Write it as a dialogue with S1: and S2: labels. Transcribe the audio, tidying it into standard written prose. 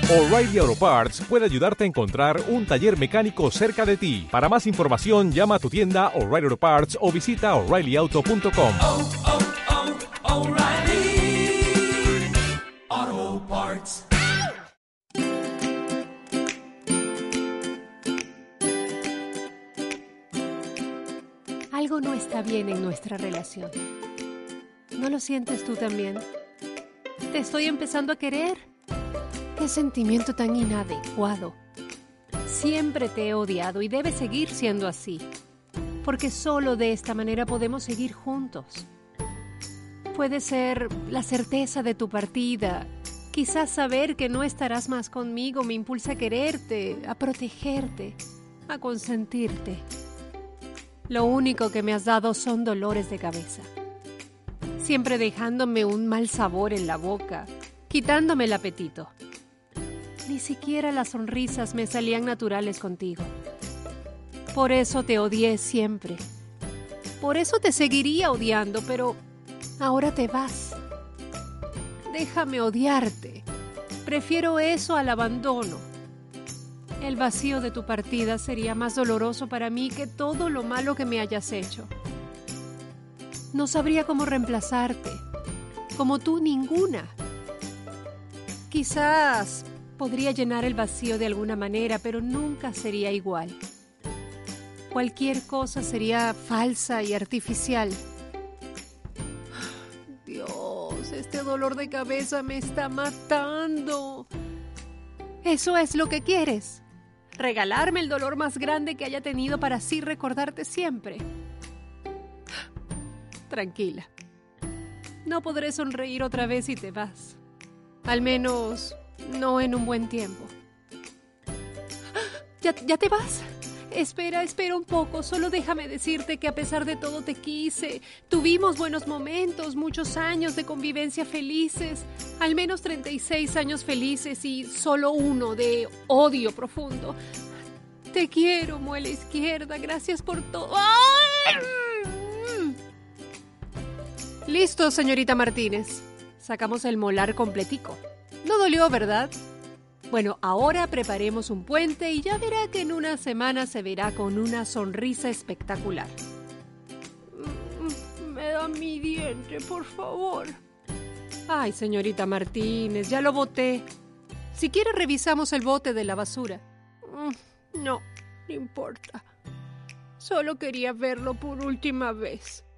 S1: O'Reilly Auto Parts puede ayudarte a encontrar un taller mecánico cerca de ti. Para más información, llama a tu tienda O'Reilly Auto Parts o visita O'ReillyAuto.com.
S2: O'Reilly Auto Parts.
S3: Algo no está bien en nuestra relación. ¿No lo sientes tú también? Te estoy empezando a querer. ¡Qué sentimiento tan inadecuado! Siempre te he odiado y debe seguir siendo así, porque solo de esta manera podemos seguir juntos. Puede ser la certeza de tu partida. Quizás saber que no estarás más conmigo me impulsa a quererte, a protegerte, a consentirte. Lo único que me has dado son dolores de cabeza, siempre dejándome un mal sabor en la boca, quitándome el apetito. Ni siquiera las sonrisas me salían naturales contigo. Por eso te odié siempre. Por eso te seguiría odiando, pero ahora te vas. Déjame odiarte. Prefiero eso al abandono. El vacío de tu partida sería más doloroso para mí que todo lo malo que me hayas hecho. No sabría cómo reemplazarte. Como tú, ninguna. Quizás podría llenar el vacío de alguna manera, pero nunca sería igual. Cualquier cosa sería falsa y artificial. Dios, este dolor de cabeza me está matando. ¿Eso es lo que quieres? ¿Regalarme el dolor más grande que haya tenido para así recordarte siempre? Tranquila. No podré sonreír otra vez si te vas. Al menos no en un buen tiempo. ¿Ya te vas? Espera un poco. Solo déjame decirte que a pesar de todo te quise. Tuvimos buenos momentos, muchos años de convivencia felices. Al menos 36 años felices y solo uno de odio profundo. Te quiero, muela izquierda. Gracias por todo. ¡Ay! Listo, señorita Martínez. Sacamos el molar completico. No dolió, ¿verdad? Bueno, ahora preparemos un puente y ya verá que en una semana se verá con una sonrisa espectacular. Me da mi diente, por favor. Ay, señorita Martínez, ya lo boté. Si quiere revisamos el bote de la basura. No importa. Solo quería verlo por última vez.